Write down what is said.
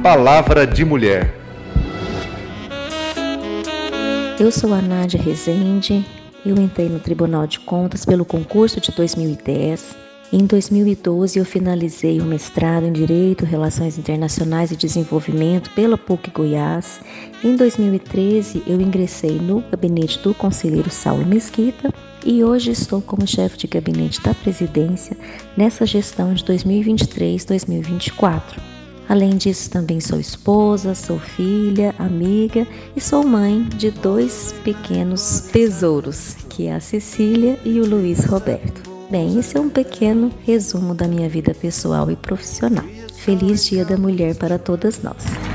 Palavra de Mulher. Eu sou a Nádia Rezende, eu entrei no Tribunal de Contas pelo concurso de 2010. Em 2012 eu finalizei o mestrado em Direito, Relações Internacionais e Desenvolvimento pela PUC Goiás. Em 2013 eu ingressei no gabinete do conselheiro Saulo Mesquita e hoje estou como chefe de gabinete da presidência nessa gestão de 2023-2024. Além disso, também sou esposa, sou filha, amiga e sou mãe de 2 pequenos tesouros, que é a Cecília e o Luiz Roberto. Bem, esse é um pequeno resumo da minha vida pessoal e profissional. Feliz Dia da Mulher para todas nós!